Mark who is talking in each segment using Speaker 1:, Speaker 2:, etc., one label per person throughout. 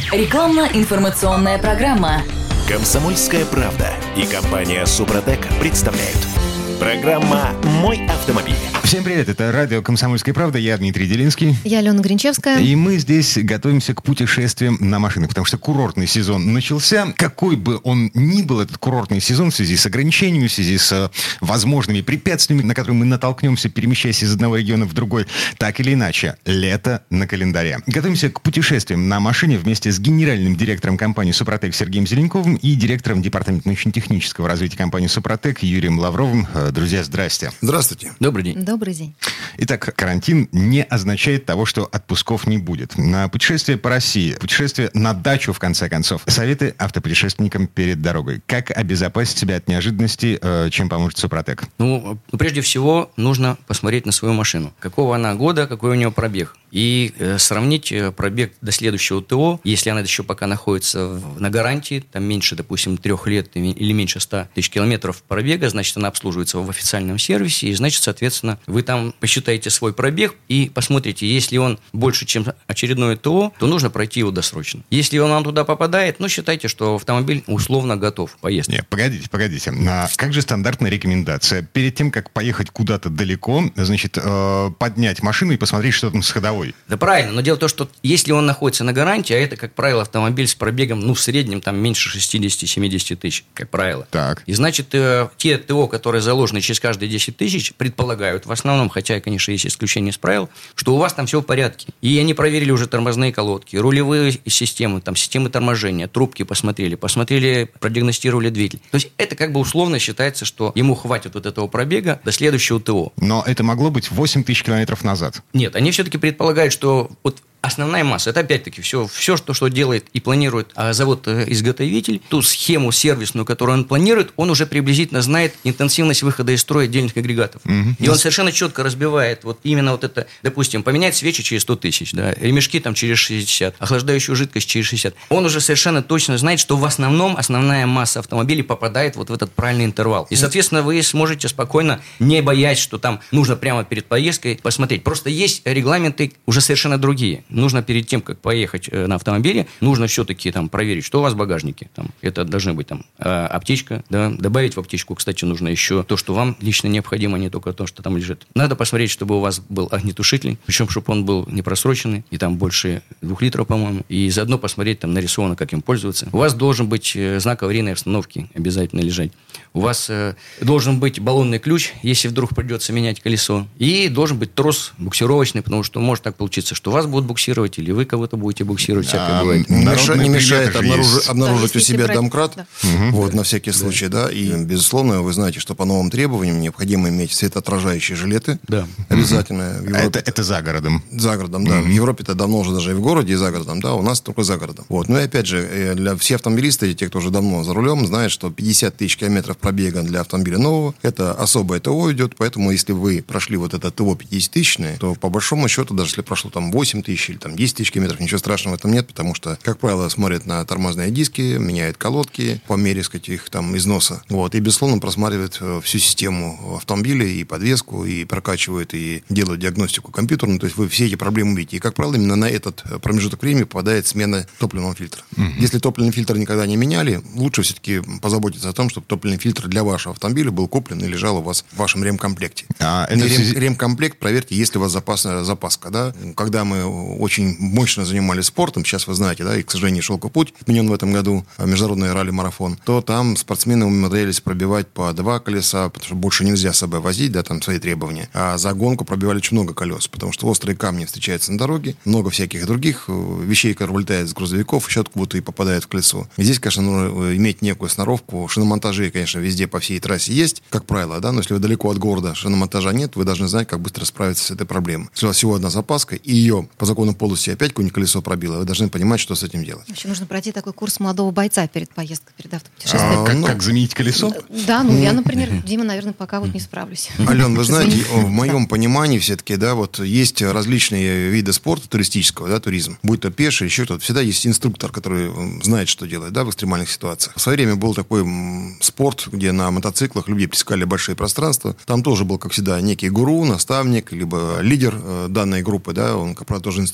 Speaker 1: Рекламно-информационная программа.
Speaker 2: «Комсомольская правда» и компания «Супротек» представляют. Программа «Мой автомобиль».
Speaker 3: Всем привет, это радио «Комсомольская правда», я Дмитрий Делинский.
Speaker 4: Я Алена Гринчевская.
Speaker 3: И мы здесь готовимся к путешествиям на машинах, потому что курортный сезон начался. Какой бы он ни был, этот курортный сезон, в связи с ограничениями, в связи с возможными препятствиями, на которые мы натолкнемся, перемещаясь из одного региона в другой, так или иначе, лето на календаре. Готовимся к путешествиям на машине вместе с генеральным директором компании «Супротек» Сергеем Зеленковым и директором департамента научно-технического развития компании «Супротек» Юрием Лавровым. Друзья, здрасте.
Speaker 5: Здравствуйте.
Speaker 6: Добрый день.
Speaker 4: Добрый день.
Speaker 3: Итак, карантин не означает того, что отпусков не будет. На путешествие по России, путешествие на дачу, в конце концов. Советы автопутешественникам перед дорогой. Как обезопасить себя от неожиданностей, чем поможет Супротек?
Speaker 6: Прежде всего, нужно посмотреть на свою машину. Какого она года, какой у нее пробег. И сравнить пробег до следующего ТО, если она еще пока находится на гарантии, там меньше, допустим, 3 лет или меньше 100 тысяч километров пробега, значит, она обслуживается в официальном сервисе, и, значит, соответственно, вы там посчитаете свой пробег и посмотрите, если он больше, чем очередное ТО, то нужно пройти его досрочно. Если он туда попадает, считайте, что автомобиль условно готов к поездке.
Speaker 3: Нет, погодите. Как же стандартная рекомендация? Перед тем, как поехать куда-то далеко, значит, поднять машину и посмотреть, что там с ходовой.
Speaker 6: Да правильно, но дело в том, что если он находится на гарантии, а это, как правило, автомобиль с пробегом, в среднем там меньше 60-70 тысяч, как правило.
Speaker 3: Так.
Speaker 6: И значит, те ТО, которые заложены через каждые 10 тысяч, предполагают в основном, хотя, конечно, есть исключения из правил, что у вас там все в порядке. И они проверили уже тормозные колодки, рулевые системы, системы торможения, трубки посмотрели, продиагностировали двигатель. То есть это как бы условно считается, что ему хватит вот этого пробега до следующего ТО.
Speaker 3: Но это могло быть 8 тысяч километров назад.
Speaker 6: Нет, они все-таки предполагают, что основная масса, это опять-таки все что делает и планирует завод-изготовитель, ту схему сервисную, которую он планирует, он уже приблизительно знает интенсивность выхода из строя отдельных агрегатов. И он совершенно четко разбивает именно это, допустим, поменять свечи через 100 тысяч, ремешки через 60, охлаждающую жидкость через 60. Он уже совершенно точно знает, что в основном основная масса автомобилей попадает в этот правильный интервал. И, соответственно, вы сможете спокойно, не боясь, что там нужно прямо перед поездкой посмотреть. Просто есть регламенты уже совершенно другие. Нужно перед тем, как поехать на автомобиле, нужно все-таки проверить, что у вас в багажнике. Это должны быть аптечка, добавить в аптечку, кстати, нужно еще то, что вам лично необходимо, не только то, что там лежит. Надо посмотреть, чтобы у вас был огнетушитель, причем, чтобы он был не просроченный, и там больше 2 литров, по-моему, и заодно посмотреть, нарисовано, как им пользоваться. У вас должен быть знак аварийной остановки обязательно лежать. У вас должен быть баллонный ключ, если вдруг придется менять колесо, и должен быть трос буксировочный, потому что может так получиться, что вас будут буксировать, или вы кого-то будете буксировать, всякое бывает.
Speaker 5: Не мешает обнаружить у себя
Speaker 4: брать,
Speaker 5: домкрат, на всякий случай, и, безусловно, вы знаете, что по новым требованиям необходимо иметь светоотражающие жилеты, обязательно.
Speaker 3: Это за городом.
Speaker 5: За городом, да. В Европе-то давно уже даже и в городе, и за городом, у нас только за городом. Ну и опять же, для всех автомобилистов, те, кто уже давно за рулем, знают, что 50 тысяч километров пробега для автомобиля нового, это особое ТО идет, поэтому если вы прошли это ТО 50-тысячное, то по большому счету, даже если прошло 8 тысяч или 10 тысяч километров, ничего страшного в этом нет, потому что, как правило, смотрят на тормозные диски, меняют колодки по мере, их износа. И, безусловно, просматривают всю систему автомобиля, и подвеску, и прокачивают, и делают диагностику компьютерную. То есть вы все эти проблемы видите. И, как правило, именно на этот промежуток времени попадает смена топливного фильтра. Если топливный фильтр никогда не меняли, лучше все-таки позаботиться о том, чтобы топливный фильтр для вашего автомобиля был куплен и лежал у вас в вашем ремкомплекте. Ремкомплект проверьте, если у вас запаска. Когда мы очень мощно занимались спортом, сейчас вы знаете, и, к сожалению, «Шелковый путь» отменен в этом году, международный ралли-марафон, то там спортсмены умудрялись пробивать по 2 колеса, потому что больше нельзя с собой возить, свои требования. А за гонку пробивали очень много колес, потому что острые камни встречаются на дороге, много всяких других вещей, которые вылетают из грузовиков, еще откуда-то и попадают в колесо. И здесь, конечно, нужно иметь некую сноровку. Шиномонтажи, конечно, везде по всей трассе есть, как правило, но если вы далеко от города, шиномонтажа нет, вы должны знать, как быстро справиться с этой проблемой. Если у вас всего одна запаска, и ее по закону полости опять какое-нибудь колесо пробило, вы должны понимать, что с этим делать.
Speaker 4: Вообще нужно пройти такой курс молодого бойца перед поездкой, перед автопутешествием.
Speaker 3: Как заменить колесо?
Speaker 4: Да, я, например, Дима, наверное, пока не справлюсь.
Speaker 5: Ален, вы знаете, в моем понимании все-таки, есть различные виды спорта туристического, туризм. Будь то пеший, еще кто-то. Всегда есть инструктор, который знает, что делать, в экстремальных ситуациях. В свое время был такой спорт, где на мотоциклах люди пересекали большие пространства. Там тоже был, как всегда, некий гуру, наставник, либо лидер данной группы, он, как правило, тоже инструктор.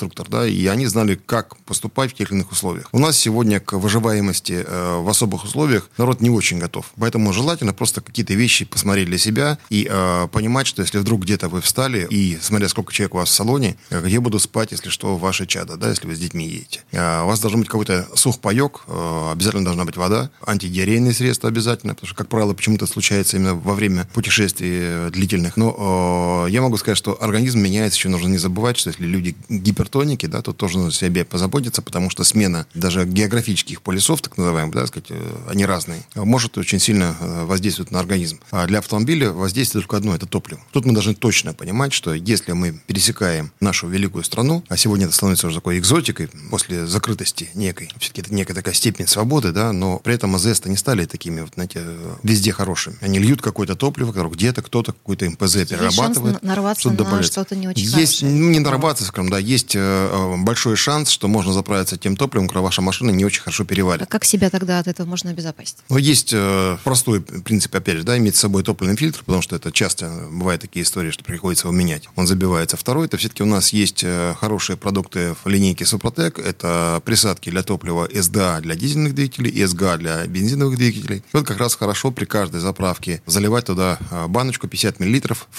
Speaker 5: инструктор, да, и они знали, как поступать в тех или иных условиях. У нас сегодня к выживаемости в особых условиях народ не очень готов. Поэтому желательно просто какие-то вещи посмотреть для себя и понимать, что если вдруг где-то вы встали, и смотря сколько человек у вас в салоне, где будут спать, если что, ваши чада, да, если вы с детьми едете. У вас должен быть какой-то сухпайок, обязательно должна быть вода, антидиарейные средства обязательно, потому что, как правило, почему-то случается именно во время путешествий длительных. Но я могу сказать, что организм меняется, еще нужно не забывать, что если люди гипертоники, да, то тоже нужно о себе позаботиться, потому что смена даже географических полюсов, так называемых, да, сказать, они разные, может очень сильно воздействовать на организм. А для автомобиля воздействие только одно – это топливо. Тут мы должны точно понимать, что если мы пересекаем нашу великую страну, а сегодня это становится уже такой экзотикой после закрытости некой, все-таки это некая такая степень свободы, да, но при этом АЗС-то не стали такими, вот, знаете, везде хорошими. Они льют какое-то топливо, которое где-то кто-то какой-то МПЗ перерабатывает.
Speaker 4: Есть нарваться на что-то не очень
Speaker 5: есть,
Speaker 4: хорошее.
Speaker 5: не нарваться, скажем, да, есть большой шанс, что можно заправиться тем топливом, которое ваша машина не очень хорошо переварит.
Speaker 4: А как себя тогда от этого можно обезопасить?
Speaker 5: Но есть простой принцип, опять же, да, иметь с собой топливный фильтр, потому что это часто бывают такие истории, что приходится его менять. Он забивается. Второй, это все-таки у нас есть хорошие продукты в линейке Супротек. Это присадки для топлива СДА для дизельных двигателей и СГА для бензиновых двигателей. И вот как раз хорошо при каждой заправке заливать туда баночку 50 мл.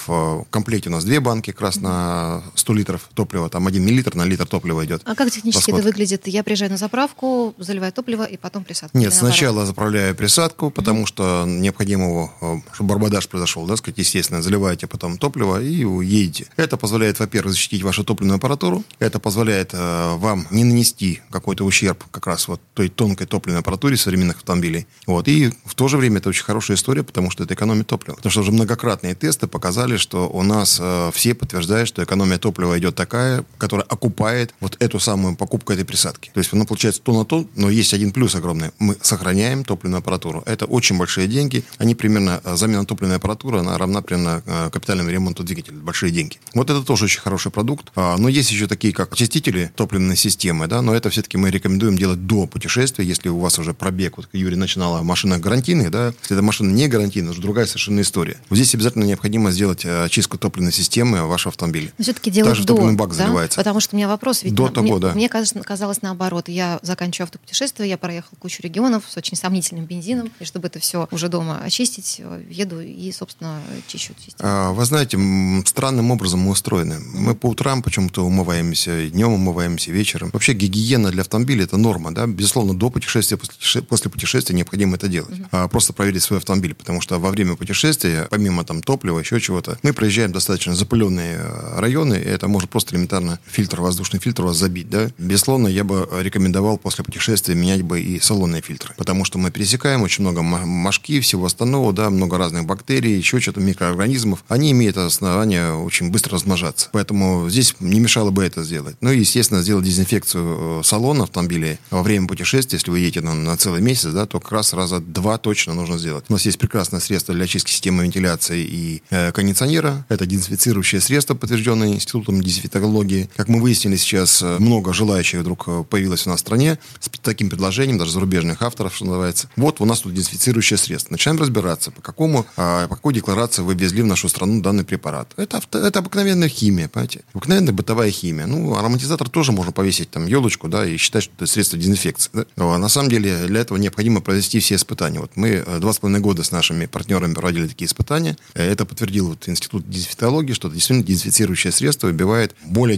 Speaker 5: В комплекте у нас 2 банки как раз на 100 литров топлива. Там 1 мл на литр топлива идет.
Speaker 4: А как технически
Speaker 5: расход.
Speaker 4: это выглядит? Я приезжаю на заправку, заливаю топливо и потом присадку?
Speaker 5: Нет, сначала заправляю присадку, потому что необходимо его, чтобы барбадаж произошел, да, сказать, естественно, заливаете потом топливо и едете. Это позволяет, во-первых, защитить вашу топливную аппаратуру. Это позволяет вам не нанести какой-то ущерб как раз вот той тонкой топливной аппаратуре современных автомобилей. Вот. И в то же время это очень хорошая история, потому что это экономит топливо. Потому что уже многократные тесты показали, что у нас все подтверждают, что экономия топлива идет такая, которая окупает вот эту самую покупку этой присадки. То есть она получается то на то, но есть один плюс огромный. Мы сохраняем топливную аппаратуру. Это очень большие деньги. Они примерно, замена топливной аппаратуры, она равна примерно капитальному ремонту двигателя. Большие деньги. Вот это тоже очень хороший продукт. Но есть еще такие, как очистители топливной системы, да, но это все-таки мы рекомендуем делать до путешествия, если у вас уже пробег, вот Юрий начинала, машина гарантийная, да, если эта машина не гарантийная, это другая совершенно история. Вот здесь обязательно необходимо сделать очистку топливной системы вашего автомобиля.
Speaker 4: Но все-таки делать
Speaker 5: также
Speaker 4: до,
Speaker 5: топливный бак
Speaker 4: да?
Speaker 5: заливается.
Speaker 4: Потому что у меня вопрос, ведь
Speaker 5: до того, да.
Speaker 4: Мне казалось наоборот. Я заканчиваю автопутешествие, я проехал кучу регионов с очень сомнительным бензином, и чтобы это все уже дома очистить, еду и, собственно, чищу систему.
Speaker 5: Вы знаете, странным образом мы устроены. Мы по утрам почему-то умываемся, днем умываемся, вечером. Вообще гигиена для автомобиля – это норма, да. Безусловно, до путешествия, после путешествия необходимо это делать. Просто проверить свой автомобиль, потому что во время путешествия, помимо там топлива, еще чего-то, мы проезжаем достаточно запыленные районы, и это может просто элементарно воздушный фильтр у вас забить, да. Безусловно, я бы рекомендовал после путешествия менять бы и салонные фильтры, потому что мы пересекаем очень много мошки, всего остального, да, много разных бактерий, еще что-то, микроорганизмов. Они имеют основание очень быстро размножаться. Поэтому здесь не мешало бы это сделать. Ну и, естественно, сделать дезинфекцию салона автомобиля во время путешествия, если вы едете на целый месяц, да, то как раз раза 2 точно нужно сделать. У нас есть прекрасное средство для очистки системы вентиляции и кондиционера. Это дезинфицирующее средство, подтвержденное Институтом дезинфектологии. Как мы выяснили, сейчас много желающих вдруг появилось у нас в стране с таким предложением, даже зарубежных авторов, что называется. Вот у нас тут дезинфицирующее средство. Начинаем разбираться, по какой декларации вы ввезли в нашу страну данный препарат. Это обыкновенная химия, понимаете? Обыкновенная бытовая химия. Ну, ароматизатор тоже можно повесить там елочку, да, и считать, что это средство дезинфекции. Да? Но на самом деле для этого необходимо провести все испытания. Вот мы 2,5 года с нашими партнерами проводили такие испытания. Это подтвердил вот Институт дезинфектологии, что это действительно дезинфицирующее средство убивает более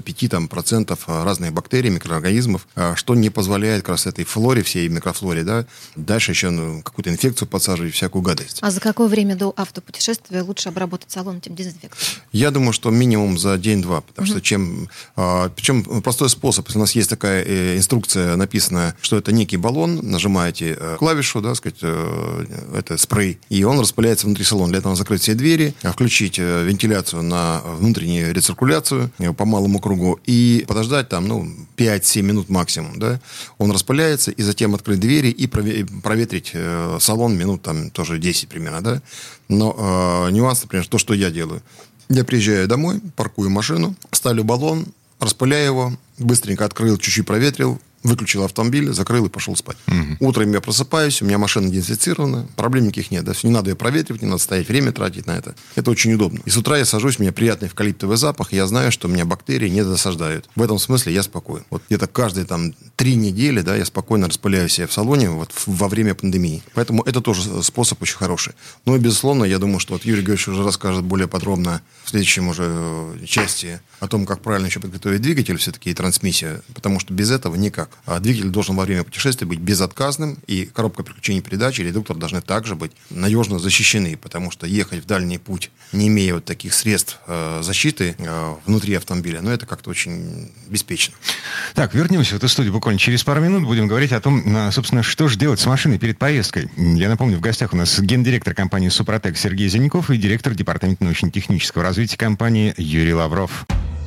Speaker 5: 95% разных бактерий, микроорганизмов, что не позволяет как раз этой флоре, всей микрофлоре, да, дальше еще какую-то инфекцию подсаживать, всякую гадость.
Speaker 4: А за какое время до автопутешествия лучше обработать салон этим дезинфектором?
Speaker 5: Я думаю, что минимум за день-два, потому что причем простой способ, если у нас есть такая инструкция написана, что это некий баллон, нажимаете клавишу, да, сказать, это спрей, и он распыляется внутри салона. Для этого закрыть все двери, включить вентиляцию на внутреннюю рециркуляцию по малому кругу и подождать там, 5-7 минут максимум, да. Он распыляется, и затем открыть двери и проветрить салон минут там тоже 10 примерно, да. Но нюанс, например, то, что я делаю. Я приезжаю домой, паркую машину, ставлю баллон, распыляю его, быстренько открыл, чуть-чуть проветрил, выключил автомобиль, закрыл и пошел спать. Утром я просыпаюсь, у меня машина дезинфицирована, проблем никаких нет. Да? Не надо ее проветривать, не надо стоять, время тратить на это. Это очень удобно. И с утра я сажусь, у меня приятный эвкалиптовый запах, и я знаю, что меня бактерии не досаждают. В этом смысле я спокоен. Вот где-то каждые 3 недели, да, я спокойно распыляю себя в салоне во время пандемии. Поэтому это тоже способ очень хороший. Ну и, безусловно, я думаю, что Юрий Георгиевич уже расскажет более подробно в следующем уже части о том, как правильно еще подготовить двигатель все-таки и трансмиссию, потому что без этого никак. А двигатель должен во время путешествия быть безотказным, и коробка переключения передач и редуктор должны также быть надежно защищены, потому что ехать в дальний путь, не имея вот таких средств защиты внутри автомобиля, это как-то очень беспечно.
Speaker 3: Так, вернемся в эту студию буквально через пару минут. Будем говорить о том, собственно, что же делать с машиной перед поездкой. Я напомню, в гостях у нас гендиректор компании «Супротек» Сергей Зеленков и директор департамента научно-технического развития компании Юрий Лавров.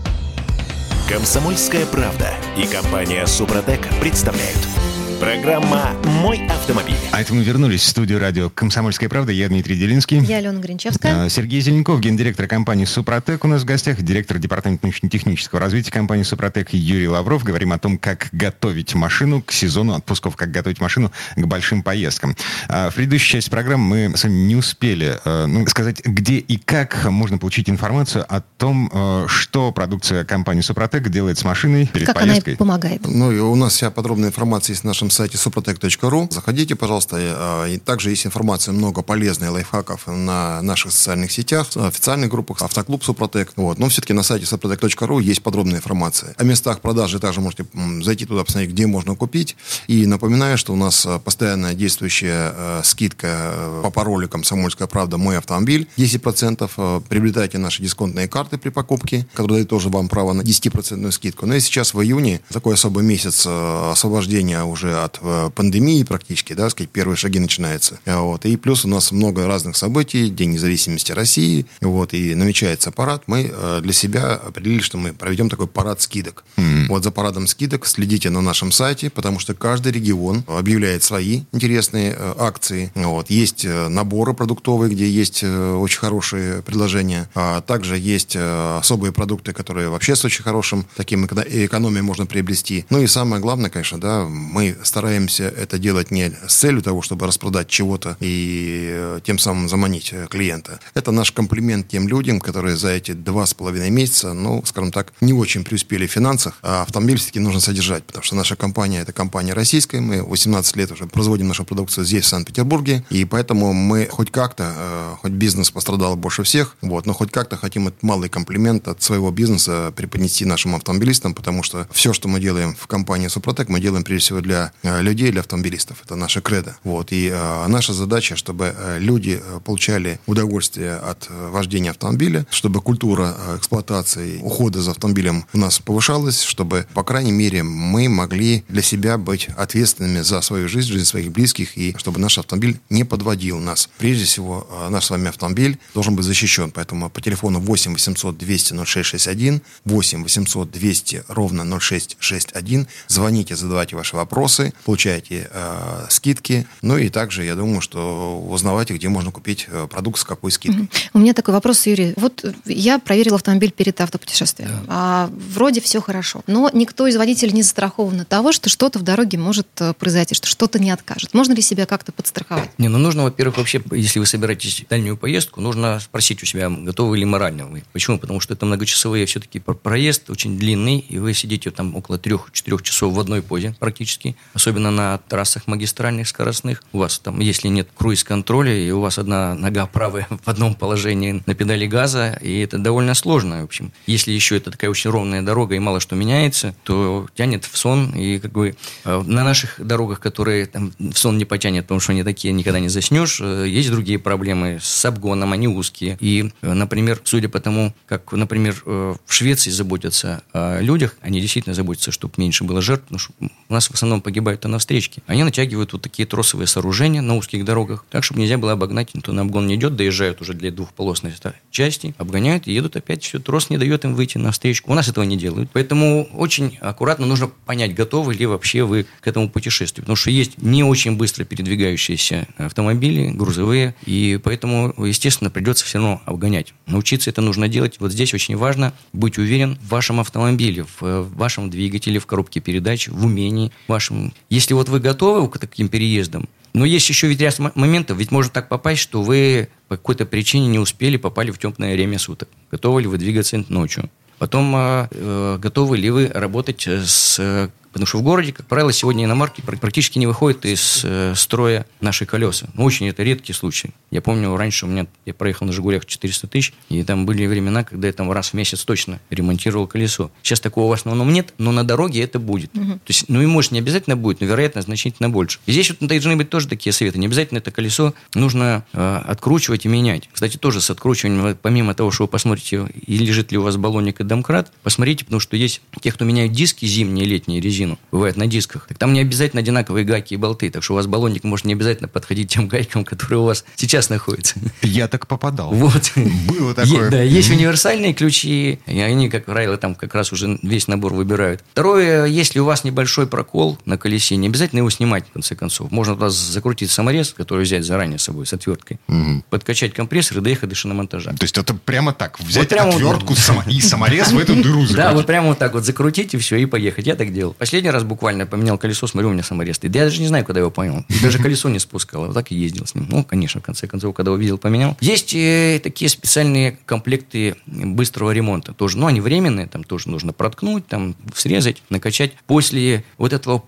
Speaker 2: «Комсомольская правда» и компания «Супротек» представляют. Программа «Мой автомобиль».
Speaker 3: А это мы вернулись в студию радио «Комсомольская правда». Я Дмитрий Делинский.
Speaker 4: Я Алена Гринчевская.
Speaker 3: Сергей Зеленков, гендиректор компании «Супротек» у нас в гостях, директор департамента научно-технического развития компании «Супротек» Юрий Лавров. Говорим о том, как готовить машину к сезону отпусков, как готовить машину к большим поездкам. В предыдущей части программы мы с вами не успели сказать, где и как можно получить информацию о том, что продукция компании «Супротек» делает с машиной перед поездкой.
Speaker 4: Как она помогает.
Speaker 5: И у нас вся подробная информация есть на нашем сайте suprotec.ru. Заходите, пожалуйста. И также есть информация много полезной, лайфхаков на наших социальных сетях, в официальных группах «Автоклуб Супротек». Но все-таки на сайте suprotec.ru есть подробная информация. О местах продажи также можете зайти туда, посмотреть, где можно купить. И напоминаю, что у нас постоянно действующая скидка по паролю «Комсомольская правда. Мой автомобиль» 10%. Приобретайте наши дисконтные карты при покупке, которые дают тоже вам право на 10% скидку. И сейчас в июне такой особый месяц освобождения уже от пандемии практически, да, сказать, первые шаги начинаются. И плюс у нас много разных событий, День независимости России, и намечается парад. Мы для себя определили, что мы проведем такой парад скидок. За парадом скидок следите на нашем сайте, потому что каждый регион объявляет свои интересные акции. Есть наборы продуктовые, где есть очень хорошие предложения. А также есть особые продукты, которые вообще с очень хорошим таким экономией можно приобрести. И самое главное, конечно, да, мы стараемся это делать не с целью того, чтобы распродать чего-то и тем самым заманить клиента. Это наш комплимент тем людям, которые за эти 2,5 месяца, скажем так, не очень преуспели в финансах, а автомобиль все-таки нужно содержать, потому что наша компания – это компания российская, мы 18 лет уже производим нашу продукцию здесь, в Санкт-Петербурге, и поэтому мы хоть как-то, хоть бизнес пострадал больше всех, но хоть как-то хотим этот малый комплимент от своего бизнеса преподнести нашим автомобилистам, потому что все, что мы делаем в компании «Супротек», мы делаем прежде всего для людей, для автомобилистов. Это наша кредо. И наша задача, чтобы люди получали удовольствие от вождения автомобиля, чтобы культура эксплуатации, ухода за автомобилем у нас повышалась, чтобы, по крайней мере, мы могли для себя быть ответственными за свою жизнь, жизнь своих близких, и чтобы наш автомобиль не подводил нас. Прежде всего, наш с вами автомобиль должен быть защищен. Поэтому по телефону 8 800 200 0661, 8 800 200 ровно 0661 звоните, задавайте ваши вопросы, получаете скидки. И также, я думаю, что узнавайте, где можно купить продукт, с какой скидкой.
Speaker 4: У меня такой вопрос, Юрий. Я проверил автомобиль перед автопутешествием. Да. Вроде все хорошо. Но никто из водителей не застрахован от того, что что-то в дороге может произойти, что что-то не откажет. Можно ли себя как-то подстраховать?
Speaker 6: Нужно, во-первых, вообще, если вы собираетесь в дальнюю поездку, нужно спросить у себя, готовы ли морально вы. Почему? Потому что это многочасовой все-таки проезд, очень длинный, и вы сидите там около 3-4 часов в одной позе практически, особенно на трассах магистральных, скоростных. У вас там, если нет круиз-контроля, и у вас одна нога правая в одном положении на педали газа, и это довольно сложно, в общем. Если еще это такая очень ровная дорога, и мало что меняется, то тянет в сон, и на наших дорогах, которые там в сон не потянет, потому что они такие, никогда не заснешь, есть другие проблемы с обгоном, они узкие. И, например, судя по тому, как, например, в Швеции заботятся о людях, они действительно заботятся, чтобы меньше было жертв, потому что у нас в основном погибают погибают на встречке. Они натягивают вот такие тросовые сооружения на узких дорогах, так, чтобы нельзя было обогнать, никто на обгон не идет, доезжают уже для двухполосной части, обгоняют и едут опять, все, трос не дает им выйти на встречку. У нас этого не делают. Поэтому очень аккуратно нужно понять, готовы ли вообще вы к этому путешествию. Потому что есть не очень быстро передвигающиеся автомобили, грузовые, и поэтому, естественно, придется все равно обгонять. Научиться это нужно делать. Вот здесь очень важно быть уверен в вашем автомобиле, в вашем двигателе, в коробке передач, в умении вашем. Если вот вы готовы к таким переездам, но есть еще ведь ряд моментов, ведь может так попасть, что вы по какой-то причине не успели, попали в темное время суток. Готовы ли вы двигаться ночью? Потом, готовы ли вы работать с... Потому что в городе, как правило, сегодня иномарки практически не выходят из строя наши колеса. Ну, очень это редкий случай. Я помню, раньше я проехал на «Жигулях» 400 тысяч, и там были времена, когда я там раз в месяц точно ремонтировал колесо. Сейчас такого в основном нет, но на дороге это будет. То есть, ну и может не обязательно будет, но вероятно значительно больше. И здесь вот должны быть тоже такие советы. Не обязательно это колесо нужно откручивать и менять. Кстати, тоже с откручиванием, помимо того, что вы посмотрите, и лежит ли у вас баллоник и домкрат, посмотрите, потому что есть те, кто меняют диски зимние, летние, резину, бывает на дисках. Так там не обязательно одинаковые гайки и болты, так что у вас баллонник может не обязательно подходить тем гайкам, которые у вас сейчас находятся.
Speaker 3: Я так попадал.
Speaker 6: Вот.
Speaker 3: Было такое.
Speaker 6: Да, есть универсальные ключи, и они, как правило, там как раз уже весь набор выбирают. Второе, если у вас небольшой прокол на колесе, не обязательно его снимать, в конце концов. Можно у вас закрутить саморез, который взять заранее с собой, с отверткой, подкачать компрессор и доехать до шиномонтажа.
Speaker 3: То есть это прямо так, взять
Speaker 6: Вот прямо
Speaker 3: отвертку и саморез в эту дыру закрутить.
Speaker 6: Да, вот прямо вот так вот закрутить и все, и поехать. Я так делал. Последний раз буквально поменял колесо, смотрю, у меня саморез стоит. Я даже не знаю, когда его понял. Даже колесо не спускал. Вот так и ездил с ним. Ну, конечно, в конце концов, когда увидел, поменял. Есть такие специальные комплекты быстрого ремонта. Тоже, ну, они временные, там тоже нужно проткнуть, там срезать, накачать. После вот этого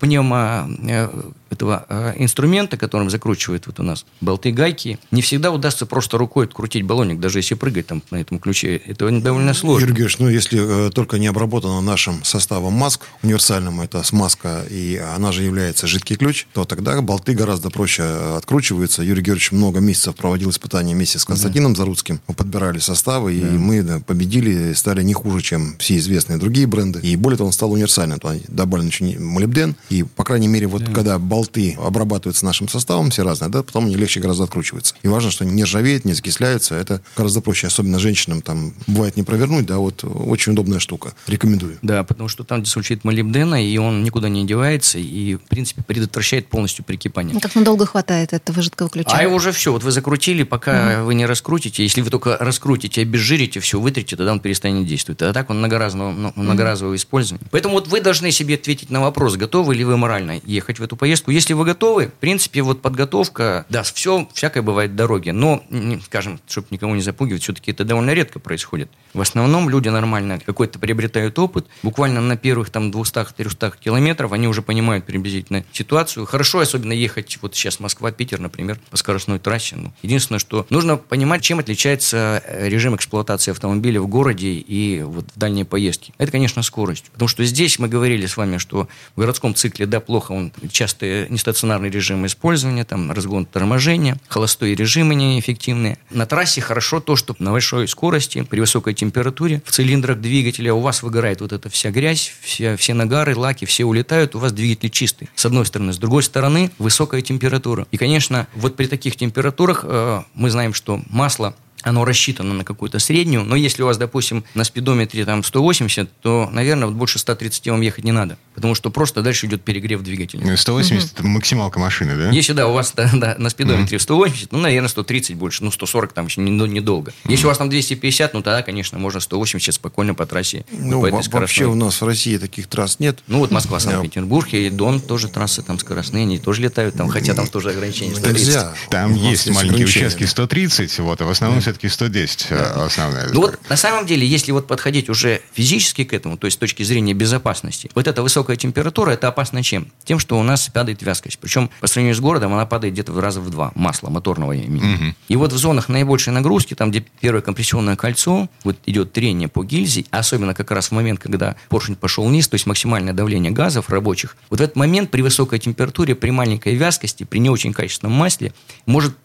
Speaker 6: этого инструмента, которым закручивают вот у нас болты, гайки, не всегда удастся просто рукой открутить баллоник, даже если прыгать там на этом ключе. Это довольно сложно.
Speaker 5: Юрий Георгиевич, ну, если только не обработано нашим составом маск универсальным, это смазка, и она же является жидкий ключ, то тогда болты гораздо проще откручиваются. Юрий Георгиевич много месяцев проводил испытания вместе с Константином Заруцким. Мы подбирали составы, и мы победили, стали не хуже, чем все известные другие бренды. И более того, он стал универсальным. Добавлен еще молибден, и, по крайней мере, вот когда болты обрабатываются нашим составом, все разные, да, потом они легче гораздо откручиваются. И важно, что они не ржавеют, не закисляются. Это гораздо проще, особенно женщинам, там, бывает не провернуть, да, вот очень удобная штука. Рекомендую.
Speaker 6: Да, потому что там дисульфид молибдена, и он никуда не девается, и, в принципе, предотвращает полностью прикипание.
Speaker 4: Как надолго хватает этого жидкого ключа?
Speaker 6: А его уже все, вот вы закрутили, пока вы не раскрутите. Если вы только раскрутите, обезжирите, все вытрите, тогда он перестанет действовать. А так он многоразового использования. Поэтому вот вы должны себе ответить на вопрос, готовы ли вы морально ехать в эту поездку. Если вы готовы, в принципе, вот подготовка, да, все, всякое бывает в дороге, но, скажем, чтобы никого не запугивать, все-таки это довольно редко происходит. В основном люди нормально какой-то приобретают опыт, буквально на первых там 200-300 километров они уже понимают приблизительно ситуацию. Хорошо, особенно ехать вот сейчас Москва-Питер, например, по скоростной трассе. Ну, единственное, что нужно понимать, чем отличается режим эксплуатации автомобиля в городе и вот в дальние поездки. Это, конечно, скорость. Потому что здесь мы говорили с вами, что в городском цикле, да, плохо, он часто нестационарный режим использования, там разгон торможения, холостой режимы неэффективные. На трассе хорошо то, что на большой скорости, при высокой температуре, в цилиндрах двигателя у вас выгорает вот эта вся грязь, все нагары, лаки, все улетают, у вас двигатель чистый. С одной стороны. С другой стороны, высокая температура. И, конечно, вот при таких температурах мы знаем, что масло, оно рассчитано на какую-то среднюю, но если у вас, допустим, на спидометре там 180, то, наверное, вот больше 130 вам ехать не надо, потому что просто дальше идет перегрев двигателя.
Speaker 3: 180 это максималка машины, да?
Speaker 6: Если, да, у вас да, на спидометре 180, ну, наверное, 130 больше, ну, 140 там еще недолго. Если у вас там 250, ну, тогда, конечно, можно 180 спокойно по трассе.
Speaker 5: Ну, вообще у нас в России таких трасс нет.
Speaker 6: Ну, вот Москва, Санкт-Петербург и Дон тоже трассы там скоростные, они тоже летают, там, хотя там тоже ограничения 130.
Speaker 5: Нельзя.
Speaker 3: Там есть маленькие участки 130, вот, а в основном все-таки 110 основная.
Speaker 6: Ну вот на самом деле, если вот подходить уже физически к этому, то есть с точки зрения безопасности, вот эта высокая температура, это опасно чем? Тем, что у нас падает вязкость. Причем по сравнению с городом она падает где-то раза в 2. Масла моторного я имею. И вот в зонах наибольшей нагрузки, там, где первое компрессионное кольцо, вот идет трение по гильзе, особенно как раз в момент, когда поршень пошел вниз, то есть максимальное давление газов рабочих, вот в этот момент при высокой температуре, при маленькой вязкости, при не очень качественном масле может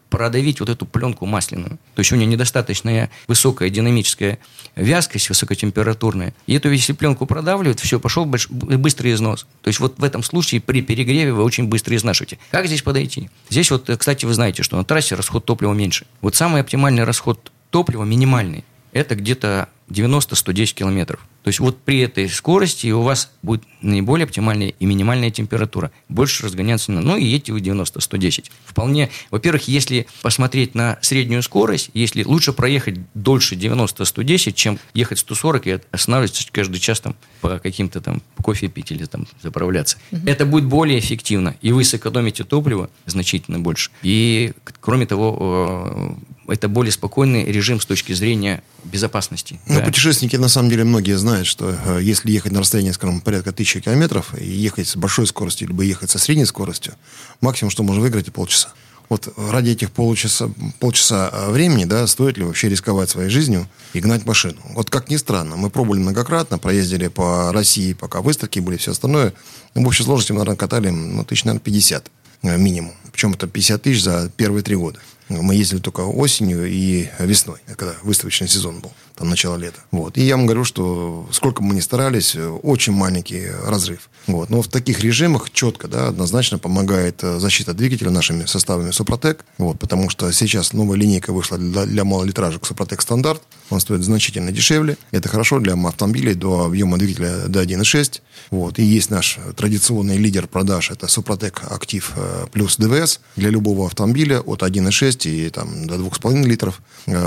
Speaker 6: продавить вот эту пленку масляную. То есть у нее недостаточная высокая динамическая вязкость, высокотемпературная. И эту, если пленку продавливают, все, пошел быстрый износ. То есть вот в этом случае при перегреве вы очень быстро изнашиваете. Как здесь подойти? Здесь вот, кстати, вы знаете, что на трассе расход топлива меньше. Вот самый оптимальный расход топлива, минимальный, это где-то 90-110 километров. То есть вот при этой скорости у вас будет наиболее оптимальная и минимальная температура. Больше разгоняться не надо. Ну и едете вы 90-110. Вполне, во-первых, если посмотреть на среднюю скорость, если лучше проехать дольше 90-110, чем ехать 140 и останавливаться каждый час там по каким-то там кофе пить или там заправляться. Это будет более эффективно. И вы сэкономите топливо значительно больше. И, кроме того, это более спокойный режим с точки зрения безопасности.
Speaker 5: Ну, да. Путешественники, на самом деле, многие знают, что если ехать на расстоянии, скажем, порядка 1000 километров, и ехать с большой скоростью, либо ехать со средней скоростью, максимум, что можно выиграть, и полчаса. Вот ради этих полчаса времени, да, стоит ли вообще рисковать своей жизнью и гнать машину? Вот как ни странно, мы пробовали многократно, проездили по России, пока выставки были, все остальное. В общей сложности мы, наверное, катали, тысяч, наверное, 50 минимум. Причем это 50 тысяч за первые 3 года. Мы ездили только осенью и весной, когда выставочный сезон был, там начало лета. Вот. И я вам говорю, что сколько бы мы ни старались, очень маленький разрыв. Вот. Но в таких режимах четко, да, однозначно помогает защита двигателя нашими составами Супротек. Вот. Потому что сейчас новая линейка вышла для малолитражек Супротек Стандарт. Он стоит значительно дешевле. Это хорошо для автомобилей до объема двигателя до 1.6. Вот. И есть наш традиционный лидер продаж. Это Супротек Актив плюс ДВС для любого автомобиля от 1.6 и там, до 2,5 литров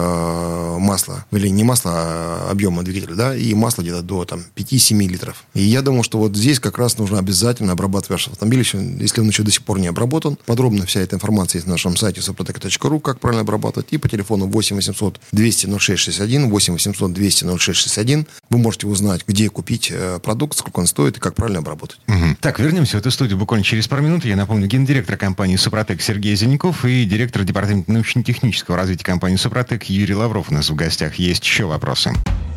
Speaker 5: масла. Или не масла, а объема двигателя, да, и масло где-то до там, 5-7 литров. И я думаю, что вот здесь как раз нужно обязательно обрабатывать ваш автомобиль, если он еще до сих пор не обработан. Подробно вся эта информация есть на нашем сайте suprotec.ru, как правильно обрабатывать. И по телефону 8 800 200 0661, 8 800 200 0661 вы можете узнать, где купить продукт, сколько он стоит и как правильно обработать.
Speaker 3: Угу. Так, вернемся в эту студию буквально через пару минут. Я напомню, гендиректор компании «Супротек» Сергей Зеленков и директор департамента научно-технического развития компании «Супротек» Юрий Лавров у нас в гостях. Есть еще вопросы.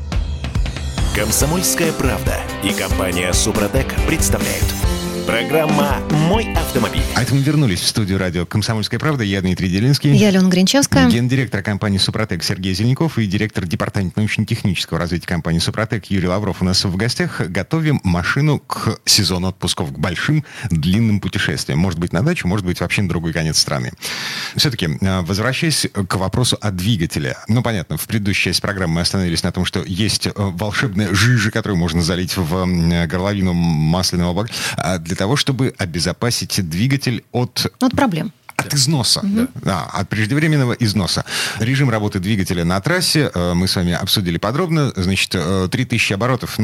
Speaker 2: «Комсомольская правда» и компания «Супротек» представляют. Программа «Мой автомобиль». А
Speaker 3: это мы вернулись в студию радио «Комсомольская правда». Я Дмитрий Делинский.
Speaker 4: Я Алена Гринчевская.
Speaker 3: Гендиректор компании «Супротек» Сергей Зеленков и директор департамента научно-технического развития компании «Супротек» Юрий Лавров у нас в гостях. Готовим машину к сезону отпусков, к большим длинным путешествиям. Может быть, на дачу, может быть, вообще на другой конец страны. Все-таки, возвращаясь к вопросу о двигателе. Ну, понятно, в предыдущей части программы мы остановились на том, что есть волшебная жижа, которую можно залить в горловину масляного бака для того, чтобы обезопасить двигатель от
Speaker 4: проблем.
Speaker 3: От износа, от преждевременного износа. Режим работы двигателя на трассе мы с вами обсудили подробно. Значит, 3000 оборотов,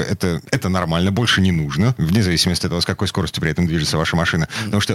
Speaker 3: это нормально, больше не нужно, вне зависимости от того, с какой скоростью при этом движется ваша машина. Потому что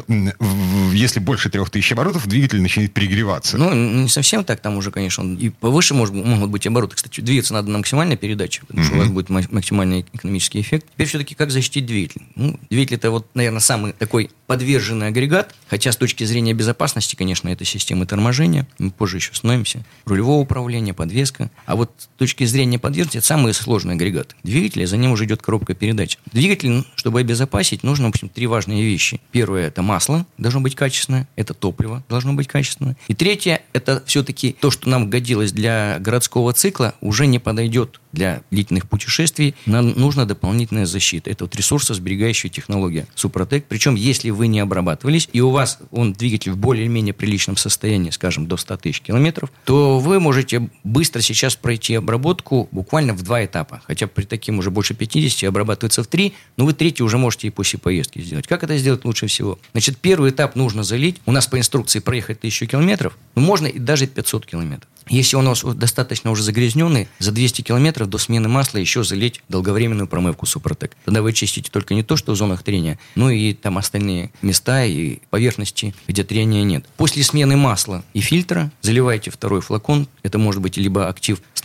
Speaker 3: если больше 3000 оборотов, двигатель начинает перегреваться.
Speaker 6: Не совсем так, там уже, конечно, и повыше могут быть обороты. Кстати, двигаться надо на максимальной передаче, потому что у вас будет максимальный экономический эффект. Теперь все-таки как защитить двигатель? Двигатель это наверное, самый такой подверженный агрегат, хотя с точки зрения безопасности, конечно, это система торможения, мы позже еще остановимся, рулевого управления, подвеска. А вот с точки зрения подвижности, это самый сложный агрегат. Двигатель, а за ним уже идет коробка передач. Двигатель, чтобы обезопасить, нужно, в общем, 3 важные вещи. Первое, это масло должно быть качественное, это топливо должно быть качественное. И третье, это все-таки то, что нам годилось для городского цикла, уже не подойдет для длительных путешествий. Нам нужна дополнительная защита. Это ресурсосберегающая технология Супротек. Причем, если вы не обрабатывались, и у вас двигатель в более-менее приличном состоянии, скажем, до 100 тысяч километров, то вы можете быстро сейчас пройти обработку буквально в 2 этапа. Хотя при таким уже больше 50 обрабатывается в 3, но вы 3 уже можете и после поездки сделать. Как это сделать лучше всего? Значит, первый этап нужно залить. У нас по инструкции проехать 1000 километров, но можно и даже 500 километров. Если он у вас достаточно уже загрязненный, за 200 километров до смены масла еще залить долговременную промывку Супротек. Тогда вы чистите только не то, что в зонах трения, но и там остальные места и поверхности, где трения нет. После смены масла и фильтра заливаете второй флакон. Это может быть либо актив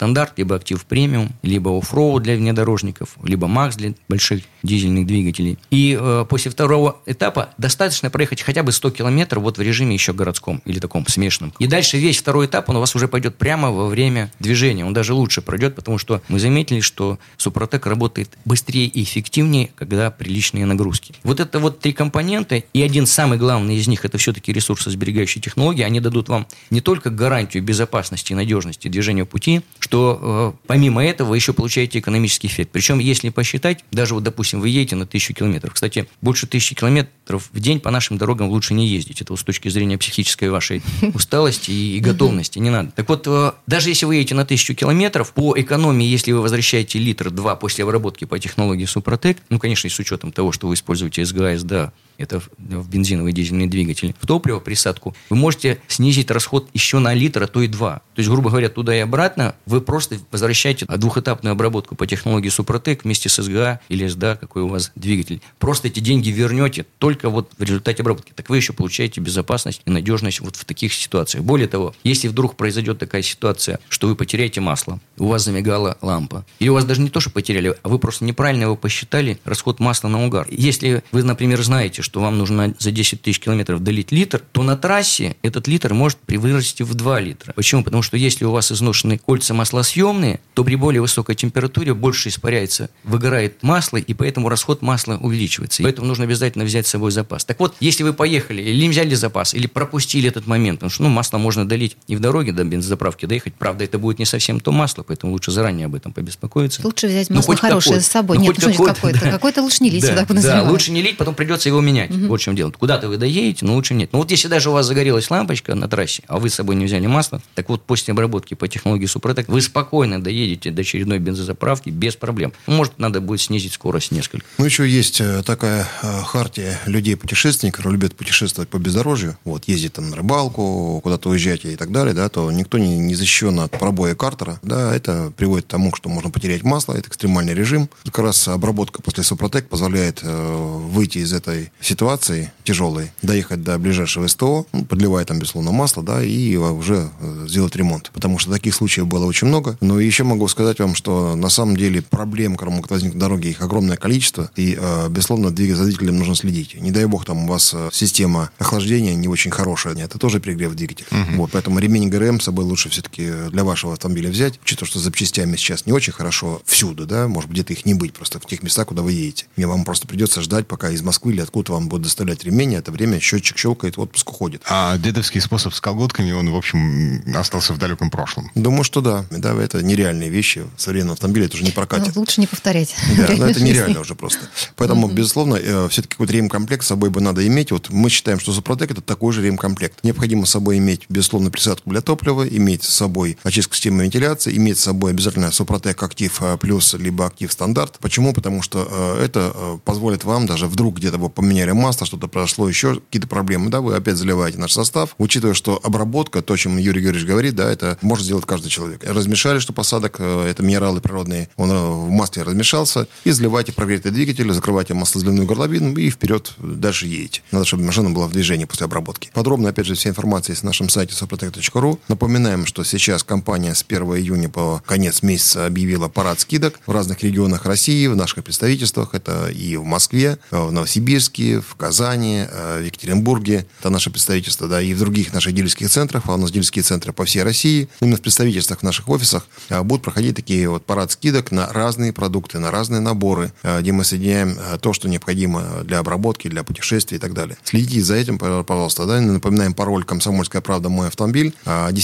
Speaker 6: стандарт, либо актив премиум, либо оффроуд для внедорожников, либо макс для больших дизельных двигателей. И после второго этапа достаточно проехать хотя бы 100 километров вот в режиме еще городском или таком смешанном. И дальше весь второй этап, он у вас уже пойдет прямо во время движения. Он даже лучше пройдет, потому что мы заметили, что Супротек работает быстрее и эффективнее, когда приличные нагрузки. Вот это вот 3 компонента, и один самый главный из них, это все-таки ресурсосберегающие технологии. Они дадут вам не только гарантию безопасности и надежности движения в пути, что помимо этого вы еще получаете экономический эффект. Причем, если посчитать, даже вот, допустим, вы едете на 1000 километров. Кстати, больше 1000 километров в день по нашим дорогам лучше не ездить. Это вот с точки зрения психической вашей усталости и готовности. Не надо. Так вот, даже если вы едете на 1000 километров, по экономии, если вы возвращаете литр-два после обработки по технологии Супротек, ну, конечно, с учетом того, что вы используете СГА, СДА, это в бензиновый дизельный двигатель, в топливо, присадку, вы можете снизить расход еще на литр, а то и 2. То есть, грубо говоря, туда и обратно вы просто возвращаете двухэтапную обработку по технологии Супротек вместе с СГА или СДА, какой у вас двигатель. Просто эти деньги вернете только вот в результате обработки. Так вы еще получаете безопасность и надежность вот в таких ситуациях. Более того, если вдруг произойдет такая ситуация, что вы потеряете масло, у вас замигала лампа, или у вас даже не то, что потеряли, а вы просто неправильно его посчитали, расход масла на угар. Если вы, например, знаете, что вам нужно за 10 тысяч километров долить литр, то на трассе этот литр может вырасти в 2 литра. Почему? Потому что если у вас изношены кольца маслосъемные, то при более высокой температуре больше испаряется, выгорает масло, и поэтому расход масла увеличивается. И поэтому нужно обязательно взять с собой запас. Так вот, если вы поехали или не взяли запас, или пропустили этот момент, потому что масло можно долить и в дороге до бензозаправки доехать, правда, это будет не совсем то масло, поэтому лучше заранее об этом побеспокоиться.
Speaker 4: Лучше взять масло хорошее с собой. Нет, какое-то. Да. Какое-то лучше не лить, сюда
Speaker 6: Да, лучше не лить, потом придется его менять. Вот в чем дело. Куда-то вы доедете, но лучше нет. Но вот если даже у вас загорелась лампочка на трассе, а вы с собой не взяли масло, так вот после обработки по технологии Супротек вы спокойно доедете до очередной бензозаправки без проблем. Может, надо будет снизить скорость несколько.
Speaker 5: Ну, еще есть такая хартия людей-путешественников, которые любят путешествовать по бездорожью, вот, ездить там на рыбалку, куда-то уезжать и так далее, да, то никто не защищен от пробоя картера, да, это приводит к тому, что можно потерять масло, это экстремальный режим. Как раз обработка после Супротек позволяет выйти из этой ситуации тяжелой, доехать до ближайшего СТО, подливая там, безусловно, масло, да, и уже сделать ремонт. Потому что таких случаев было очень много. Но еще могу сказать вам, что на самом деле проблем, которые могут возникнуть на дороге, их огромное количество, и, безусловно, за двигателем нужно следить. Не дай бог, там у вас система охлаждения не очень хорошая, это тоже перегрев двигателя. Вот, поэтому ремень ГРМ с собой лучше все-таки для вашего автомобиля взять, учитывая, что с запчастями сейчас не очень хорошо всюду, да, может где-то их не быть, просто в тех местах, куда вы едете. И вам просто придется ждать, пока из Москвы или откуда вам будут доставлять ремень, это время счетчик щелкает, отпуск уходит.
Speaker 3: А дедовский способ с колготками, он, в общем, остался в далеком прошлом.
Speaker 5: Думаю, что да. Да, это нереальные вещи. В современном автомобиле это уже не прокатит.
Speaker 4: Лучше не повторять.
Speaker 5: Да, но это нереально уже просто. Поэтому, безусловно, все-таки какой-то ремкомплект с собой бы надо иметь. Вот мы считаем, что Супротек это такой же ремкомплект. Необходимо с собой иметь, безусловно, присадку для топлива, иметь с собой очистку системы вентиляции, иметь с собой обязательно Супротек Актив Плюс, либо Актив Стандарт. Почему? Потому что это позволит вам, даже вдруг где-то вы поменяли масло, что-то произошло, еще какие-то проблемы, да, вы опять заливаете наш состав, учитывая, что обработка, то, о чем Юрий Георгиевич говорит, да, это может сделать каждый человек. Размешали, что посадок, это минералы природные, он в масле размешался, и заливайте прогретый двигатель, закрывайте маслозаливную горловину и вперед дальше едете. Надо, чтобы машина была в движении после обработки. Подробно, опять же, вся информация есть на нашем сайте suprotec.ru. Напоминаем, что сейчас компания с 1 июня по конец месяца объявила парад скидок в разных регионах России, в наших представительствах. Это и в Москве, в Новосибирске, в Казани, в Екатеринбурге. Это наше представительство, да, и в других наших дилерских центрах. А у нас дилерские центры по всей России. Именно в представительствах, в наших офисах будут проходить такие вот парад скидок на разные продукты, на разные наборы, где мы соединяем то, что необходимо для обработки, для путешествий и так далее. Следите за этим, пожалуйста. Да? Напоминаем пароль «Комсомольская правда. Мой автомобиль».